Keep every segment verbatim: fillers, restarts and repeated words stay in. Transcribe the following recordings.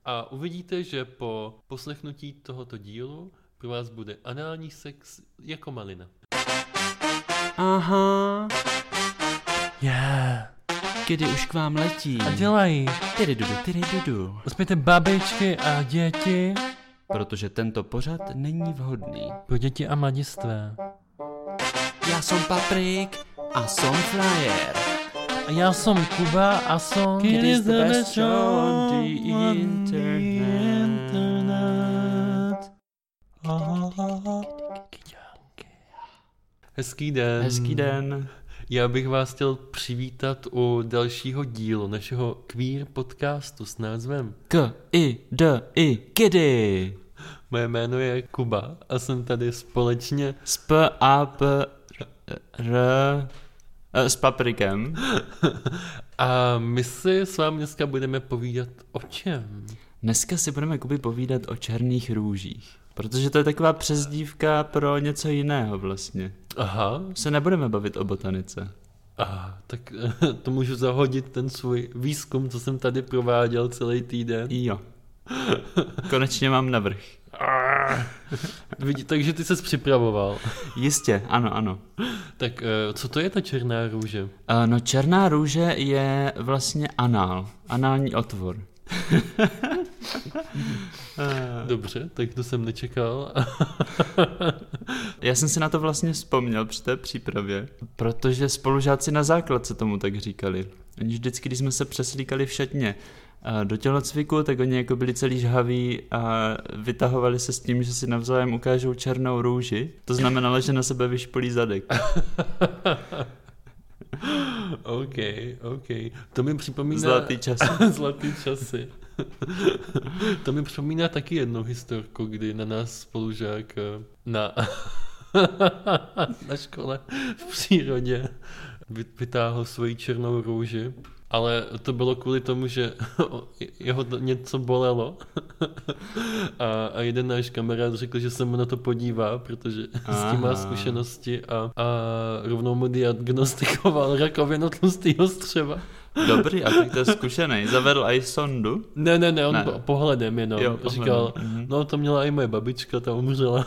A uvidíte, že po poslechnutí tohoto dílu pro vás bude anální sex jako malina. Aha. Yeah. Kdy už k vám letí. A dělají. Tyry dudu, tyry dudu. Uspějte babičky a děti. Protože tento pořad není vhodný. Pro děti a mladistvé. Já jsem Paprik a jsem Flyer. A já jsem Kuba a jsem... It is the best show on the internet. Hezký den. Hezký den. Já bych vás chtěl přivítat u dalšího dílu našeho queer podcastu s názvem K, I, D, I, Kiddy. Moje jméno je Kuba a jsem tady společně s P, A, P, R, s Paprikem. A my si s vámi dneska budeme povídat o čem? Dneska si budeme, Kuby, povídat o černých růžích. Protože to je taková přezdívka pro něco jiného vlastně. Aha. Se nebudeme bavit o botanice. Aha, tak to můžu zahodit ten svůj výzkum, co jsem tady prováděl celý týden. Jo. Konečně mám navrch. Vidí, takže ty ses připravoval. Jistě, ano, ano. Tak co to je ta černá růže? Uh, no černá růže je vlastně anál. Anální otvor. Dobře, tak to jsem nečekal. Já jsem si na to vlastně vzpomněl při té přípravě, protože spolužáci na základce tomu tak říkali. Oni vždycky, když jsme se přeslíkali v šatně do tělocviku, tak oni jako byli celý žhaví a vytahovali se s tím, že si navzájem ukážou černou růži. To znamenalo, že na sebe vyšpolí zadek. OK, OK. To mi připomíná... Zlatý časy. Zlatý časy. To mi připomíná taky jednu historku, kdy na nás spolužák na, na škole v přírodě vytáhl svoji černou růži. Ale to bylo kvůli tomu, že jeho něco bolelo a, a jeden náš kamarád řekl, že se mu na to podívá, protože Aha. s tím má zkušenosti a, a rovnou mu diagnostikoval rakovinu tlustého střeva. Dobrý, a tak to je zkušený. Zavedl i sondu? Ne, ne, ne, on ne. pohledem jenom. Jo, pohledem. Říkal, no to měla i moje babička, ta umřela.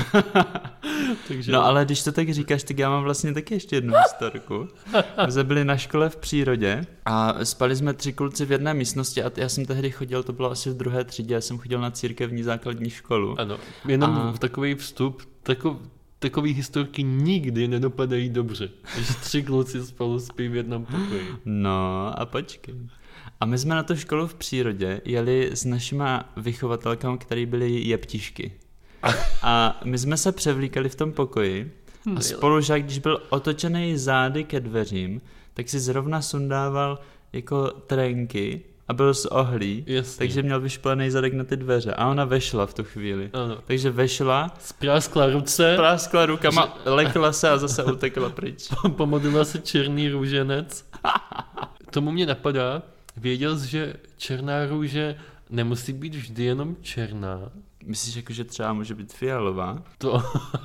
Takže... No ale když to tak říkáš, tak já mám vlastně taky ještě jednu historku. My jsme byli na škole v přírodě a spali jsme tři kluci v jedné místnosti a já jsem tehdy chodil, to bylo asi v druhé třídě, já jsem chodil na církevní základní školu. Ano, jenom a... v takový vstup, takov, takový historky nikdy nedopadají dobře, když tři kluci spolu spí v jednom pokoji. No a počkej. A my jsme na tu školu v přírodě jeli s našima vychovatelkami, které byly jeptišky. A my jsme se převlíkali v tom pokoji a spolužák, když byl otočený zády ke dveřím, tak si zrovna sundával jako trenky a byl z ohlí, Jasně. takže měl vyšplený zadek na ty dveře a ona vešla v tu chvíli. Ano. Takže vešla, spráskla ruce, spráskla rukama, lekla se a zase utekla pryč. Pomodlila se černý růženec. Tomu mě napadá, věděl jsi, že černá růže nemusí být vždy jenom černá. Myslíš, jako, že třeba může být fialová? To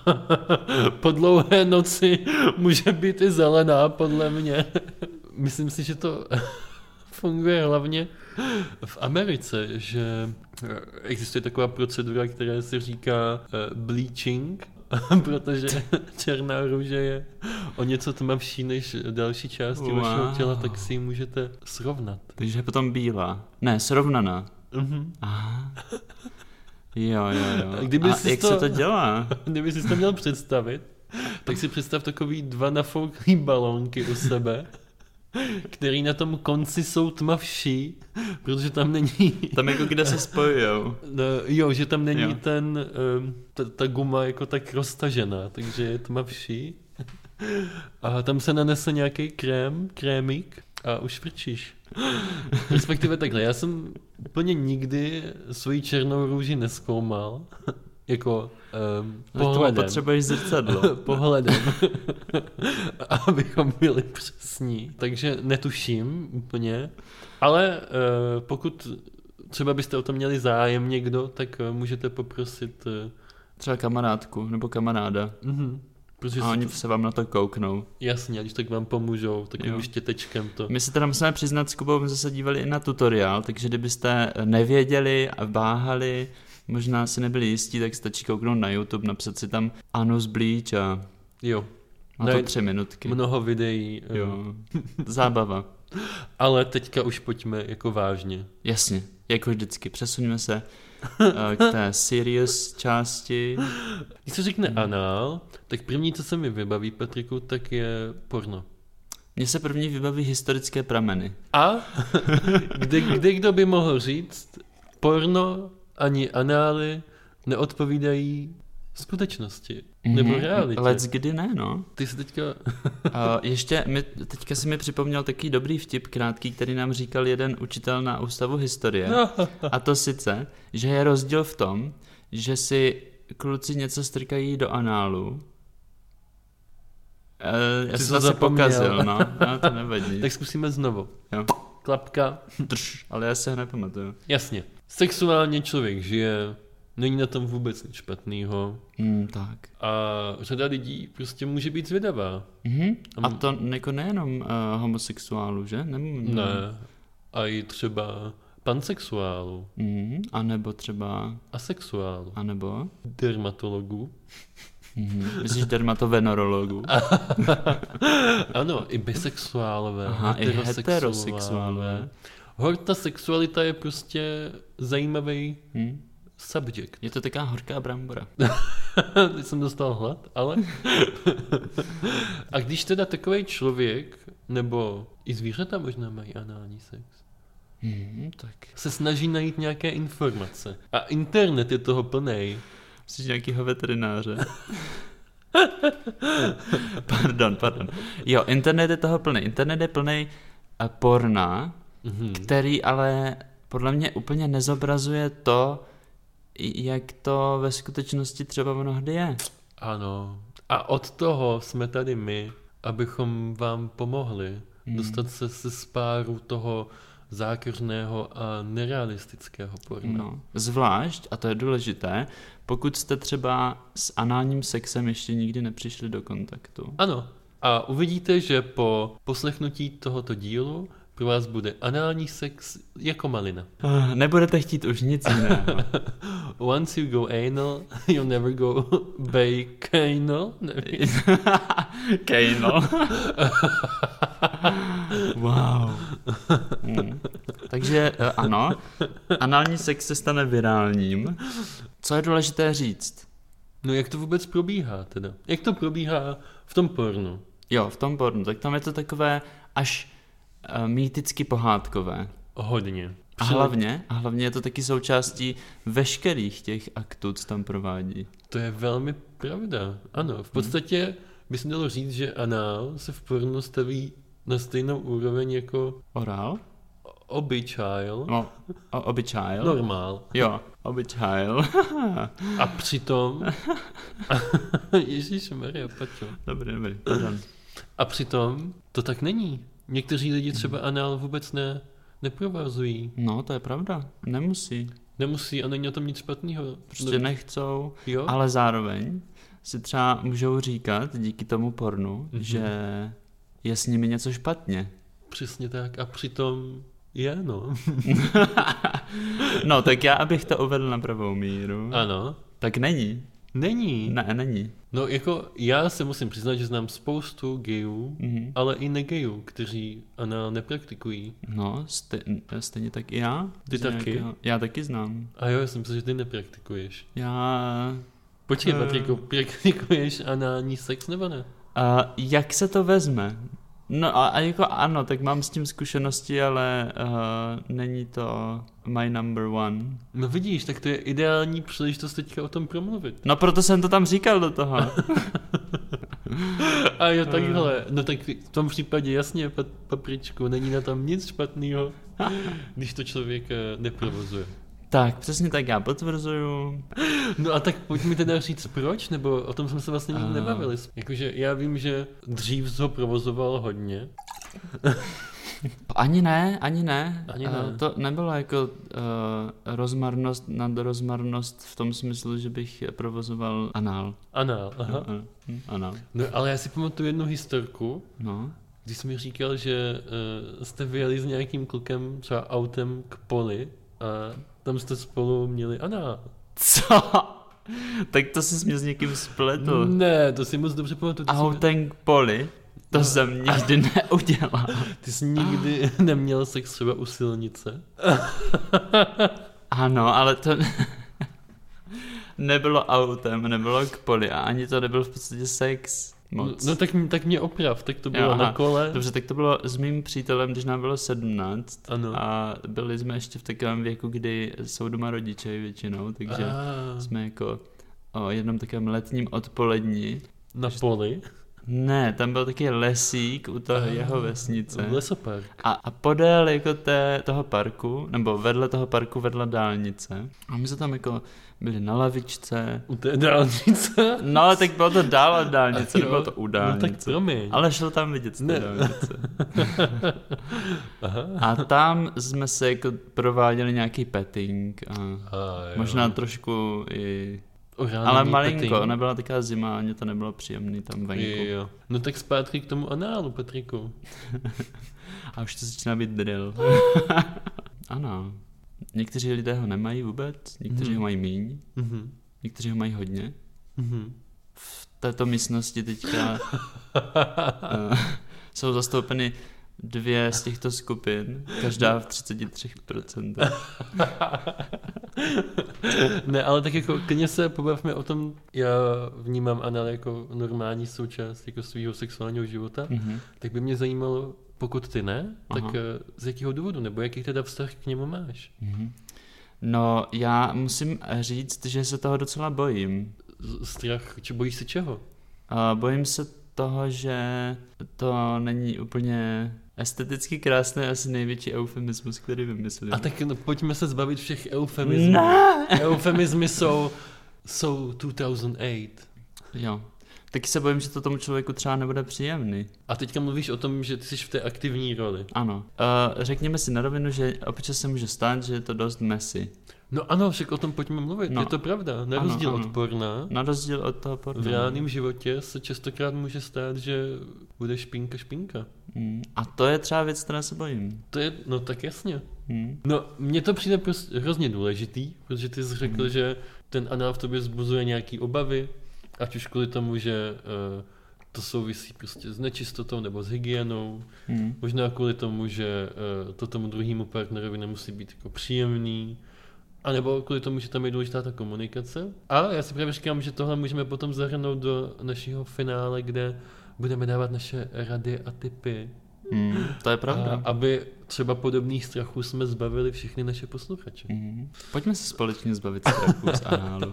po dlouhé noci může být i zelená, podle mě. Myslím si, že to funguje hlavně v Americe, že existuje taková procedura, která se říká bleaching, protože černá růže je o něco tmavší než další části wow. vašeho těla, tak si ji můžete srovnat. Takže je potom bílá. Ne, srovnaná. Mhm. Aha. Jo, jo, jo. Kdyby a jak to, se to dělá? Kdyby jsi to měl představit, tak si představ takový dva nafouklý balónky u sebe, který na tom konci jsou tmavší, protože tam není... Tam jako kde se spojujou. No, jo, že tam není jo. ten, ta, ta guma jako tak roztažená, takže je tmavší. A tam se nanese nějaký krém, krémik a už frčíš. Respektive takhle, já jsem úplně nikdy svoji černou růži nezkoumal. Jako um, pohledem. Potřebuješ zrcadlo. Pohledem. Abychom byli přesní. Takže netuším úplně. Ale uh, pokud třeba byste o to měli zájem někdo, tak uh, můžete poprosit... Uh, třeba kamarádku nebo kamaráda. Uh-huh. Protože A oni se vám na to kouknou. Jasně, a když tak vám pomůžou takovým Jo. štětečkem to. My se teda musíme přiznat s Kubou, my jsme se dívali i na tutoriál, takže kdybyste nevěděli a váhali, možná si nebyli jistí, tak stačí kouknout na YouTube, napsat si tam Anus Bleach a Jo. má to tři minutky. Mnoho videí. Jo. Zábava. Ale teďka už pojďme jako vážně. Jasně, jako vždycky. Přesuňme se uh, k té serious části. Když se řekne anál, tak první, co se mi vybaví, Patriku, tak je porno. Mně se první vybaví historické prameny. A kde, kde kdo by mohl říct, porno ani anály neodpovídají skutečnosti. Nebo Mhm, realitě. Let's kdy ne, no. Ty jsi teďka... Uh, ještě, mi, teďka si mi připomněl takový dobrý vtip krátký, který nám říkal jeden učitel na ústavu historie. No. A to sice, že je rozdíl v tom, že si kluci něco strkají do análu. Uh, já Ty jsem jsi zase zapomněl. pokazil, no. no to nevadí. Tak zkusíme znovu. Jo. Klapka. Drž, ale já se ho nepamatuju. Jasně. Sexuálně člověk žije, není na tom vůbec nic špatného. Hmm, tak. A řada lidí prostě může být zvědavá. Mhm. A to jako nejenom uh, homosexuálů, že? Nem, Ne. A i třeba pansexuálů. Mhm. A nebo třeba... Asexuálů. A nebo... Dermatologů. Mhm. Myslíš dermatovenerologů? Ano, i bisexuálové. Aha, i heterosexuálové. Hor, ta sexualita je prostě zajímavý Hm? subject. Je to taková horká brambora. Teď jsem dostal hlad, ale... A když teda takový člověk, nebo i zvířata možná mají anální sex, Hmm, tak. se snaží najít nějaké informace. A internet je toho plnej. Myslíš nějakýho veterináře? pardon, pardon. Jo, internet je toho plný. Internet je plný uh, porna, Mhm. který ale podle mě úplně nezobrazuje to, jak to ve skutečnosti třeba mnohdy je. Ano. A od toho jsme tady my, abychom vám pomohli Hmm. dostat se ze spáru toho zákeřného a nerealistického porna. No, zvlášť, a to je důležité, pokud jste třeba s análním sexem ještě nikdy nepřišli do kontaktu. Ano. A uvidíte, že po poslechnutí tohoto dílu pro vás bude anální sex jako malina. Ah, Nebudete chtít už nic jiného. Once you go anal, you never go bacanal. Nevím. Kejno. Wow. Hmm. Takže eh, ano, anální sex se stane virálním. Co je důležité říct? No jak to vůbec probíhá teda? Jak to probíhá v tom pornu? Jo, v tom pornu, tak tam je to takové až uh, mýticky pohádkové. Hodně. A hlavně, a hlavně je to taky součástí veškerých těch aktů, co tam provádí. To je velmi pravda. Ano, v podstatě by se dalo říct, že anál se v pornu staví na stejnou úroveň jako Orál? obyčajl. No, o, obyčajl. Normál. Jo, obyčajl. A přitom... Ježišmarja, pačo. Dobrý, dobrý, pardon. A přitom to tak není. Někteří lidi třeba anál vůbec ne, neprovazují. No, to je pravda. Nemusí. Nemusí a není na tom nic špatného. Prostě nechcou, Jo? ale zároveň si třeba můžou říkat díky tomu pornu, Mhm. že je s nimi něco špatně. Přesně tak. A přitom je, no. No, tak já, abych to uvedl na pravou míru, Ano. tak není. Není. Ne, není. No jako já se musím přiznat, že znám spoustu gayů, Mhm. ale i negayů, kteří anál nepraktikují. No, stej, stejně tak i já. Ty Z taky? nějakého- Já taky znám. A jo, já jsem myslel, že ty nepraktikuješ. Já... Počkej, Eh. Patriku, praktikuješ anální sex nebo ne? A jak se to vezme? No a, a jako ano, tak mám s tím zkušenosti, ale uh, není to my number one. No vidíš, tak to je ideální příležitost teďka o tom promluvit. No proto jsem to tam říkal do toho. A jo, takhle. No tak v tom případě jasně, pa- papričku, není na tom nic špatného, když to člověk eh, neprovozuje. Tak, přesně tak, já potvrzuju. No a tak pojď mi teda říct proč, nebo o tom jsme se vlastně nikdy A. nebavili. Jakože já vím, že dřív ho provozoval hodně. Ani ne, ani ne. Ani ne. Uh, to nebylo jako uh, rozmarnost nad rozmarnost v tom smyslu, že bych provozoval anál. Anál, aha. Uh, uh, anál. No ale já si pamatuju jednu historku, No. když jsi mi říkal, že uh, jste vyjeli s nějakým klukem třeba autem k poli a tam jste spolu měli anál. Co? Tak to jsi mě s někým spletl. Ne, to si moc dobře pamatuju. Autem k poli? To no. jsem nikdy neudělal. Ty jsi nikdy neměl sex třeba u silnice? Ano, ale to nebylo autem, nebylo k poli a ani to nebyl v podstatě sex moc. No, no tak, tak mě oprav, tak to bylo jo, na kole. Dobře, tak to bylo s mým přítelem, když nám bylo sedmnáct. Ano. A byli jsme ještě v takovém věku, kdy jsou doma rodiče většinou, takže a. jsme jako o jednom takovém letním odpolední. Na poli? Ne, tam byl taky lesík u toho jeho vesnice. Lesopark. A, a podél jako té, toho parku, nebo vedle toho parku vedla dálnice. A my jsme tam jako byli na lavičce. U té dálnice? No ale tak bylo to dál od dálnice, nebylo to u dálnice. No tak promiň. Ale šlo tam vidět z té ne. dálnice. A tam jsme se jako prováděli nějaký petting a, a možná trošku i... Orální ale malinko, petting. nebyla taková zima, ani to nebylo příjemný tam venku. Jo, jo. No tak zpátky k tomu análu, Patriku. A už to začíná být drill. Ano. Někteří lidé ho nemají vůbec, někteří mm. ho mají míň, mm-hmm. někteří ho mají hodně. Mm-hmm. V této místnosti teďka uh, jsou zastoupeny dvě z těchto skupin, každá v třicet tři procent. Ne, ale tak jako klidně se pobavme o tom, já vnímám anál jako normální součást jako svého sexuálního života, mm-hmm. tak by mě zajímalo, pokud ty ne, tak Aha. z jakého důvodu, nebo jaký teda vztah k němu máš? Mm-hmm. No, já musím říct, že se toho docela bojím. Strach, či bojíš se čeho? Uh, bojím se toho, že to není úplně esteticky krásné, asi největší eufemismus, který vymyslím. A tak no, pojďme se zbavit všech eufemismů. Ne. Eufemismy jsou, jsou two thousand eight. Jo. Taky se bojím, že to tomu člověku třeba nebude příjemný. A teďka mluvíš o tom, že ty jsi v té aktivní roli. Ano. Uh, řekněme si na rovinu, že občas se může stát, že je to dost messy. No ano, však o tom pojďme mluvit, no. Je to pravda. Na ano, rozdíl ano. od porna. Na rozdíl od toho porna. V reálném životě se častokrát může stát, že bude špínka špínka. Hmm. A to je třeba věc, která se bojím. To je, no tak jasně. Hmm. No, mně to přijde prostě hrozně důležitý, protože ty jsi řekl, hmm. že ten anál v tobě vzbuzuje nějaký obavy, ať už kvůli tomu, že uh, to souvisí prostě s nečistotou nebo s hygienou, hmm. možná kvůli tomu, že uh, to tomu druhému partnerovi nemusí být jako příjemný, a nebo kvůli tomu, že tam je důležitá ta komunikace. A já si právě říkám, že tohle můžeme potom zahrnout do našeho finále, kde budeme dávat naše rady a tipy. Mm, to je pravda. A aby třeba podobných strachů jsme zbavili všechny naše posluchače. Mm. Pojďme se společně zbavit strachů z análu.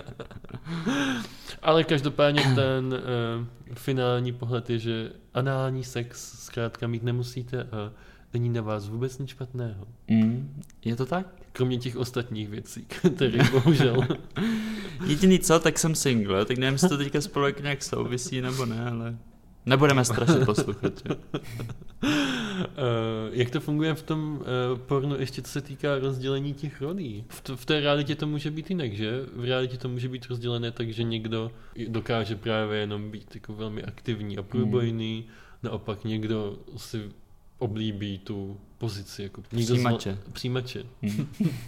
Ale každopádně ten uh, finální pohled je, že anální sex zkrátka mít nemusíte a není na vás vůbec nic špatného. Mm, je to tak? Kromě těch ostatních věcí, které bohužel. Jediný co, tak jsem single, tak nevím, jestli to teďka spolu nějak souvisí nebo ne, ale nebudeme strašit posluchače. Uh, jak to funguje v tom uh, pornu, ještě co se týká rozdělení těch rolí? V, to, v té realitě to může být jinak, že? V realitě to může být rozdělené tak, že někdo dokáže právě jenom být jako velmi aktivní a průbojný, hmm. naopak někdo si oblíbí tu pozici jako přijímače. Zl... Přijímače. Hmm.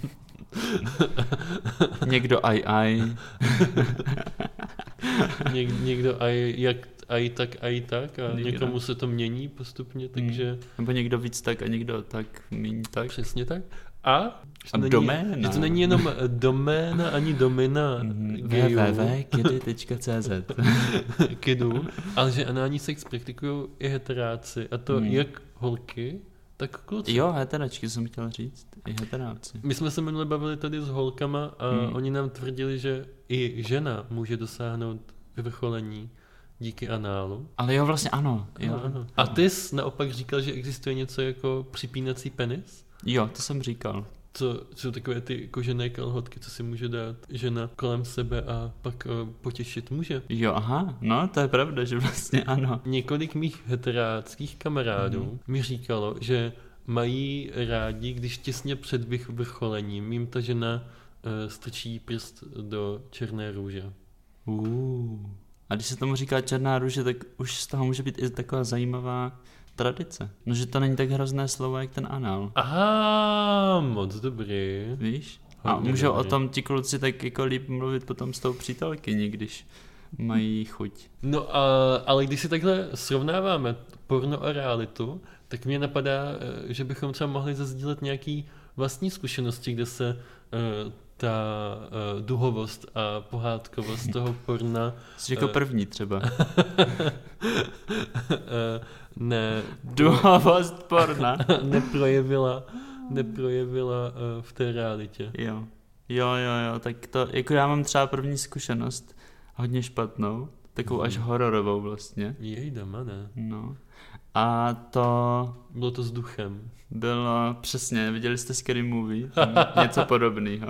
Někdo aj aj. Něk, někdo aj jak aj tak, aj tak a někdo. Někomu se to mění postupně, takže... Hmm. Nebo někdo víc tak a někdo tak míň tak. Přesně tak. A, a není, doména. Že to není jenom doména ani domina w w w tečka kedy tečka c z Kidů, ale že anální sex praktikují i heteráci, a to hmm. jak holky, tak kluci. Jo, heteráčky jsem chtěl říct, i heteráci. My jsme se minule bavili tady s holkama a hmm. oni nám tvrdili, že i žena může dosáhnout vyvrcholení díky análu. Ale jo, vlastně ano. Jo. ano, ano. A ty jsi naopak říkal, že existuje něco jako připínací penis? Jo, to jsem říkal. co jsou takové ty kožené kalhotky, co si může dát žena kolem sebe a pak uh, potěšit muže. Jo, aha, no to je pravda, že vlastně ano. Několik mých heteráckých kamarádů mm. mi říkalo, že mají rádi, když těsně před vyvrcholením jim ta žena uh, strčí prst do černé růže. Uh. A když se tomu říká černá růže, tak už z toho může být i taková zajímavá tradice. No, že to není tak hrozné slovo, jak ten anál. Aha, moc dobrý. Víš? A Hodně můžou dobrý. o tom ti kluci tak jako líp mluvit potom s tou přítelkyní, když mají chuť. No, a, ale když si takhle srovnáváme porno a realitu, tak mě napadá, že bychom třeba mohli zazdílet nějaký vlastní zkušenosti, kde se uh, ta uh, duhovost a pohádkovost toho porna... Jsi jako první třeba. ne... Duhovost porna. neprojevila, neprojevila uh, v té realitě. Jo. Jo, jo, jo, tak to, jako já mám třeba první zkušenost, hodně špatnou, takovou hmm. až hororovou vlastně. Jejda, ne. No. A to... Bylo to s duchem. Bylo, přesně, viděli jste Scary Movie? Něco podobného.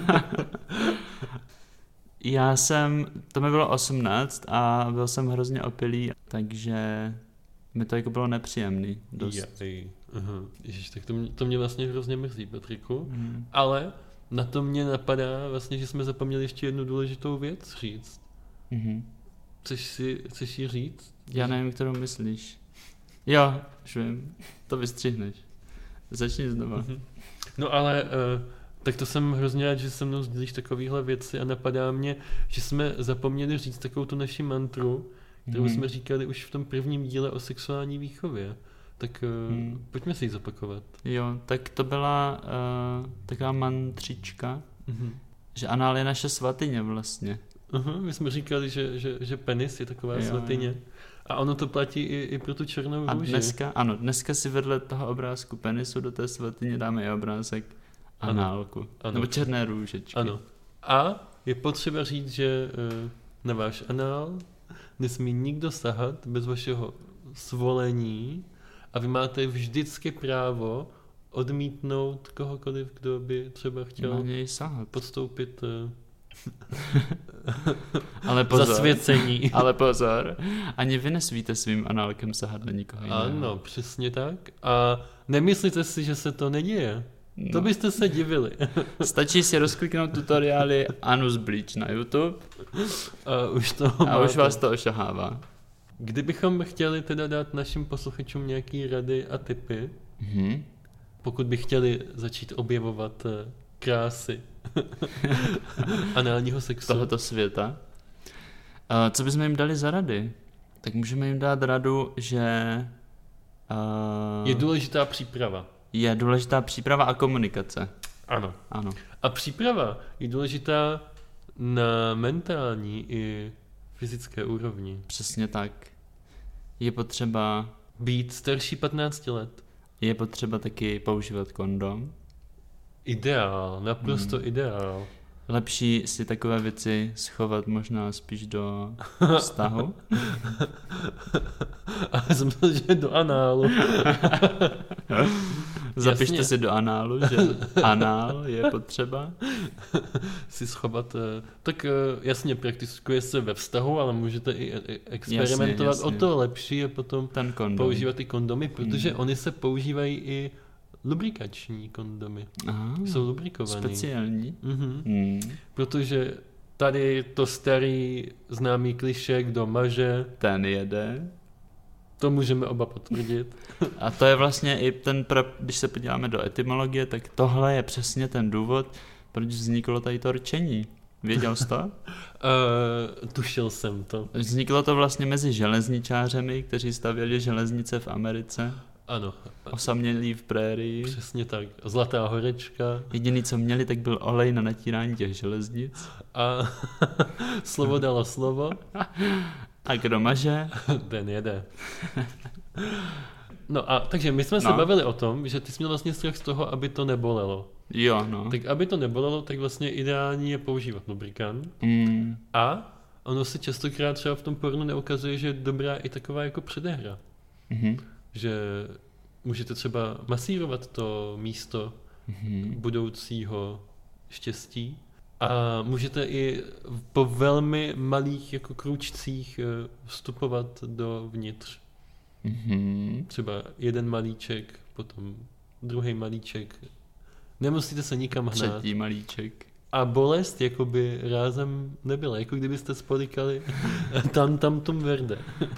Já jsem, to mi bylo osmnáct a byl jsem hrozně opilý, takže mi to jako bylo nepříjemný. Dost. Jej. Uh-huh. Ježiš, tak to mě, to mě vlastně hrozně mrzí, Patriku. Hmm. Ale na to mě napadá vlastně, že jsme zapomněli ještě jednu důležitou věc říct. Mm-hmm. Chceš si, chceš ji říct? Já nevím, kterou myslíš. Jo, už vím. To vystřihneš. Začni znova. Mm-hmm. No ale uh, tak to jsem hrozně rád, že se mnou sdílíš takovýhle věci a napadá mě, že jsme zapomněli říct takovou tu naši mantru, kterou mm-hmm. jsme říkali už v tom prvním díle o sexuální výchově. Tak uh, mm. pojďme si ji zopakovat. Jo, tak to byla uh, taková mantřička, mm-hmm. že anál je naše svatyně vlastně. Uh-huh, my jsme říkali, že, že, že penis je taková jo, svatyně. Jo. A ono to platí i, i pro tu černou růži. A dneska, ano, dneska si vedle toho obrázku penisu do té svatyně dáme i obrázek análku. Ano. Ano. Nebo černé růžečky. Ano. A je potřeba říct, že uh, na váš anál nesmí nikdo sahat bez vašeho svolení a vy máte vždycky právo odmítnout kohokoliv, kdo by třeba chtěl na něj sahat. podstoupit uh, ale pozor, zasvěcení. Ale pozor, ani vy nesmíte svým análkem sahat na nikoho jiného. Ano, přesně tak. A nemyslíte si, že se to neděje? No. To byste se divili. Stačí si rozkliknout tutoriály Anus Bleach na YouTube a už, to a už vás to ošahává. Kdybychom chtěli teda dát našim posluchačům nějaký rady a tipy, mm-hmm. pokud by chtěli začít objevovat krásy análního sexu tohoto světa, co bychom jim dali za rady? Tak můžeme jim dát radu, že uh, je důležitá příprava. Je důležitá příprava a komunikace. Ano. Ano. A příprava je důležitá na mentální i fyzické úrovni. Přesně tak. Je potřeba být starší patnáct let. Je potřeba taky používat kondom. Ideál, naprosto hmm. ideál. Lepší si takové věci schovat možná spíš do vztahu. Ale jsem myslel, že do análu. Zapište Jasně. si do análu, že anál je potřeba. Si schovat. Tak jasně, praktikuje se ve vztahu, ale můžete i experimentovat. Jasně, jasně. O to lepší je potom ten kondom. Používat ty kondomy, protože hmm. oni se používají i lubrikační kondomy. Aha, jsou lubrikovaný. Speciální? Mhm. Hmm. Protože tady to starý známý klišé, kdo maže, ten jede. To můžeme oba potvrdit. A to je vlastně i ten, když se podíváme do etymologie, tak tohle je přesně ten důvod, proč vzniklo tady to rčení. Věděl jsi to? uh, tušil jsem to. Vzniklo to vlastně mezi železničářemi, kteří stavěli železnice v Americe. Ano. Osamělí v prérii. Přesně tak. Zlatá horečka. Jediný, co měli, tak byl olej na natírání těch železnic. A slovo dalo slovo. A kdo maže? Ten jede. No a takže my jsme no. se bavili o tom, že ty jsi měl vlastně strach z toho, aby to nebolelo. Jo, no. Tak aby to nebolelo, tak vlastně ideální je používat lubrikant. Mm. A ono se častokrát třeba v tom pornu neukazuje, že je dobrá i taková jako předehra. Mm-hmm. Že můžete třeba masírovat to místo, mm-hmm. budoucího štěstí. A můžete i po velmi malých jako krůčcích vstupovat dovnitř. Mm-hmm. Třeba jeden malíček, potom druhý malíček. Nemusíte se nikam hnát. Třetí malíček. A bolest jakoby rázem nebyla, jako kdybyste spolikali tam, tam tom verde.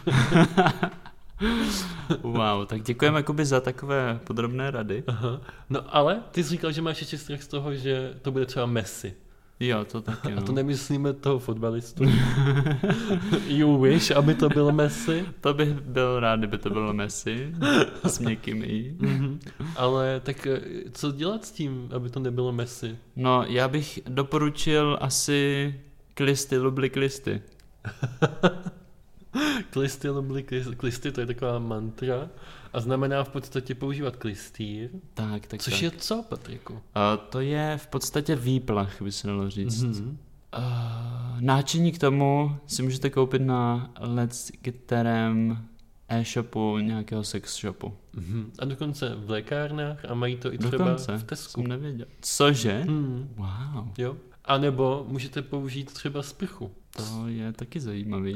Wow, tak děkujeme jakoby za takové podrobné rady. Aha. No ale ty jsi říkal, že máš ještě strach z toho, že to bude třeba Messi. Jo, to taky, no. A to nemyslíme toho fotbalistu. You wish, aby to byl Messi. To bych byl rád, kdyby to bylo Messi. S měkkým i. Mm-hmm. Ale tak co dělat s tím, aby to nebylo Messi? No, já bych doporučil asi klisty, lubli klisty. Klisty, lubli klisty, to je taková mantra a znamená v podstatě používat klistýr. Tak, tak, Což tak. je co, Patriku? Uh, to je v podstatě výplach, by se dalo říct. Mm-hmm. Uh, náčiní k tomu si můžete koupit na let's kterém e-shopu nějakého sex shopu. Mm-hmm. A dokonce v lékárnách a mají to i třeba dokonce. v Tesku. Jsem nevěděl. Cože? Mm. Wow. Jo. A nebo můžete použít třeba sprchu. To je taky zajímavý.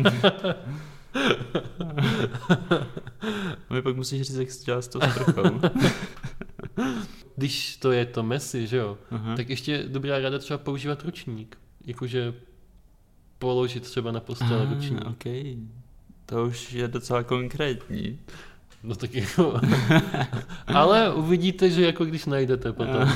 A mi pak musíš říct, jak jsi dělal s tou sprchou. Když to je to Messi, že jo, Aha. tak ještě dobrá rada třeba používat ručník. Jakože položit třeba na postel ah, ručník. Okay. To už je docela konkrétní. No tak jako... Ale uvidíte, že jako když najdete potom.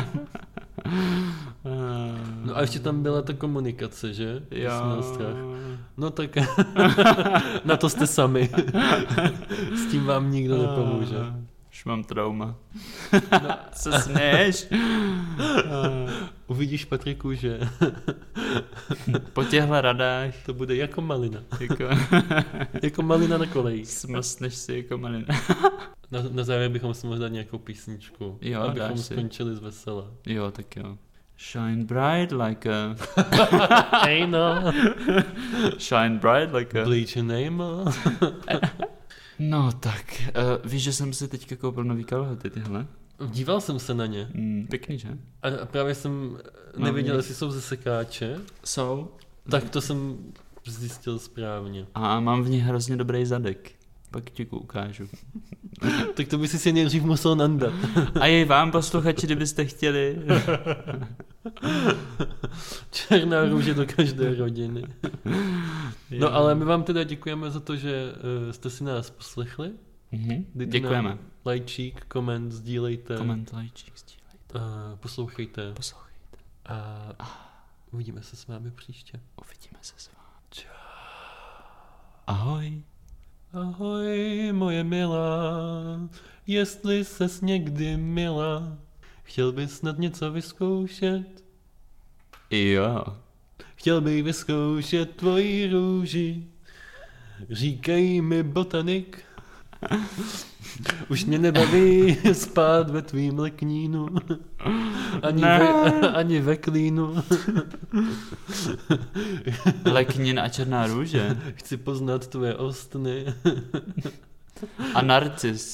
No a ještě tam byla ta komunikace, že? Já. Měl strach. No tak na to jste sami. S tím vám nikdo nepomůže. Už mám trauma. No. Co směješ? Uvidíš, Patriku, že po těchto radách to bude jako malina. Jako, jako malina na kolejích. Smlsneš si jako malina. Na, na závěr bychom si mohli dát nějakou písničku. Jo, abychom si. skončili z vesela. Jo, tak jo. Shine bright like a... Hey no. Shine bright like a... Bleach your name. No tak, uh, víš, že jsem si teďka koupil nový kalhoty tyhle? Díval jsem se na ně. Mm, pěkný, že? A právě jsem nevěděl, jestli jsou ze sekáče. Jsou. Tak to jsem zjistil správně. A mám v nich hrozně dobrý zadek. Pak ti ukážu. Tak to by si si nejdřív musel nandat. A jej vám, posluchači, kdybyste chtěli. Černá růže do každé rodiny. No ale my vám teda děkujeme za to, že uh, jste si nás poslechli. Mm-hmm. Děkujeme. Lajčík, koment, sdílejte. Koment, lajčík, sdílejte. Uh, poslouchejte. Poslouchejte. A uvidíme se s vámi příště. Uvidíme se s vámi. Čau. Ahoj. Ahoj, moje milá, jestli ses někdy milá, chtěl bys snad něco vyzkoušet? Jo. Chtěl bych vyzkoušet tvoji růži, říkají mi botanik. Už mě nebaví spát ve tvým leknínu, ani, ne. ve, ani ve klínu. Leknín a černá růže. Chci poznat tvoje ostny. A narcis.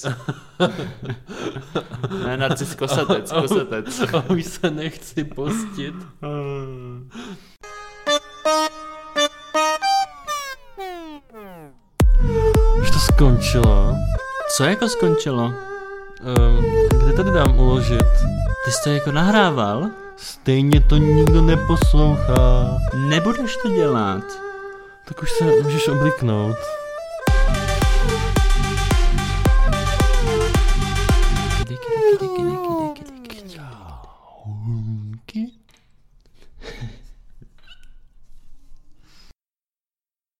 Ne, narcis, kosatec, kosatec. A už se nechci postit. Už to skončilo. Co jako skončilo? Um, kde tady dám uložit? Ty jsi to jako nahrával? Stejně to nikdo neposlouchá. Nebudeš to dělat. Tak už se můžeš obliknout.